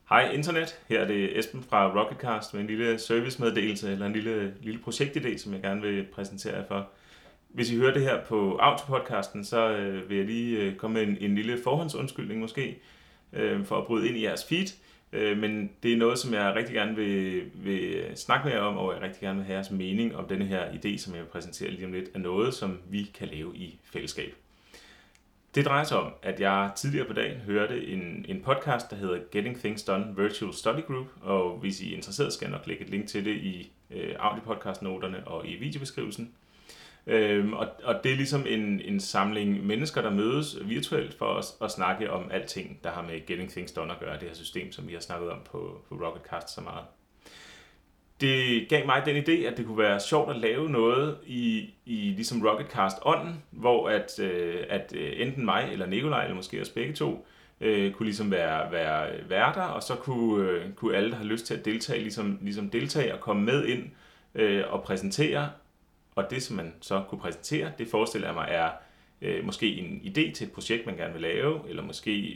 Hej internet, her er det Esben fra Rocketcast med en lille servicemeddelelse eller en lille projektidé, som jeg gerne vil præsentere jer for. Hvis I hører det her på Autopodcasten, så vil jeg lige komme med en lille forhåndsundskyldning måske, for at bryde ind i jeres feed. Men det er noget, som jeg rigtig gerne vil snakke med jer om, og jeg rigtig gerne vil have jeres mening om denne her idé, som jeg vil præsentere lige om lidt, er noget, som vi kan lave i fællesskab. Det drejer sig om, at jeg tidligere på dagen hørte en podcast, der hedder Getting Things Done Virtual Study Group, og hvis I er interesseret, skal jeg nok lægge et link til det i audiopodcast-noterne og i videobeskrivelsen. Og det er ligesom en samling mennesker, der mødes virtuelt for at snakke om alting, der har med Getting Things Done at gøre, det her system, som vi har snakket om på Rocketcast så meget. Det gav mig den idé, at det kunne være sjovt at lave noget i ligesom Rocketcast-ånden, hvor at enten mig eller Nikolaj, eller måske også begge to, kunne ligesom være værter, og så kunne alle, der har lyst til at deltage, ligesom deltage og komme med ind og præsentere. Og det, som man så kunne præsentere, det forestiller jeg mig er måske en idé til et projekt, man gerne vil lave, eller måske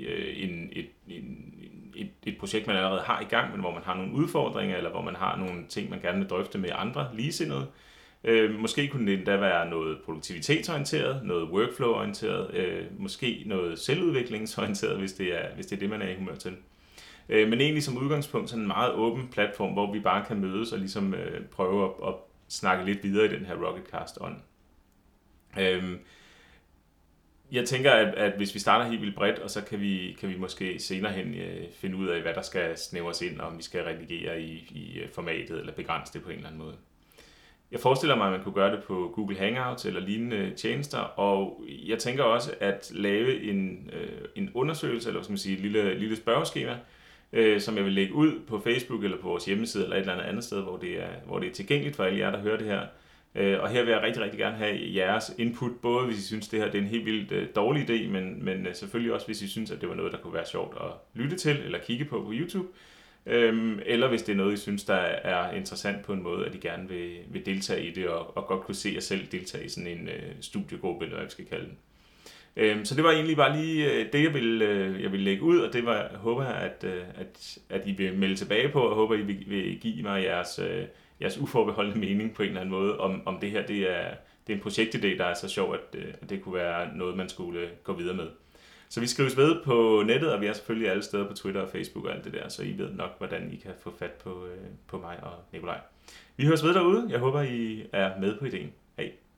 et projekt, man allerede har i gang, men hvor man har nogle udfordringer, eller hvor man har nogle ting, man gerne vil drøfte med andre ligesindede. Måske kunne det endda være noget produktivitetsorienteret, noget workflow-orienteret, måske noget selvudviklingsorienteret, hvis det er det, man er i humør til. Men egentlig som udgangspunkt sådan en meget åben platform, hvor vi bare kan mødes og ligesom prøve at snakke lidt videre i den her Rocketcast-ånd. Jeg tænker, at hvis vi starter helt vildt bredt, og så kan vi måske senere hen finde ud af, hvad der skal snævres ind, og om vi skal redigere i formatet, eller begrænse det på en eller anden måde. Jeg forestiller mig, at man kunne gøre det på Google Hangouts eller lignende tjenester, og jeg tænker også at lave en undersøgelse, eller hvad skal man sige, et lille spørgeskema, som jeg vil lægge ud på Facebook eller på vores hjemmeside eller et eller andet sted, hvor det er tilgængeligt for alle jer, der hører det her. Og her vil jeg rigtig, rigtig gerne have jeres input, både hvis I synes, det her det er en helt vildt dårlig idé, men selvfølgelig også, hvis I synes, at det var noget, der kunne være sjovt at lytte til eller kigge på YouTube. Eller hvis det er noget, I synes, der er interessant på en måde, at I gerne vil deltage i det, og godt kunne se jer selv deltage i sådan en studiegruppe, eller hvad vi skal kalde den. Så det var egentlig bare lige det, jeg vil lægge ud, og det håber jeg, at I vil melde tilbage på, og håber, I vil give mig jeres uforbeholdende mening på en eller anden måde, om det her det er en projektidé, der er så sjov, at det kunne være noget, man skulle gå videre med. Så vi skrives ved på nettet, og vi er selvfølgelig alle steder på Twitter og Facebook og alt det der, så I ved nok, hvordan I kan få fat på mig og Nikolaj. Vi høres ved derude. Jeg håber, I er med på ideen. Hej.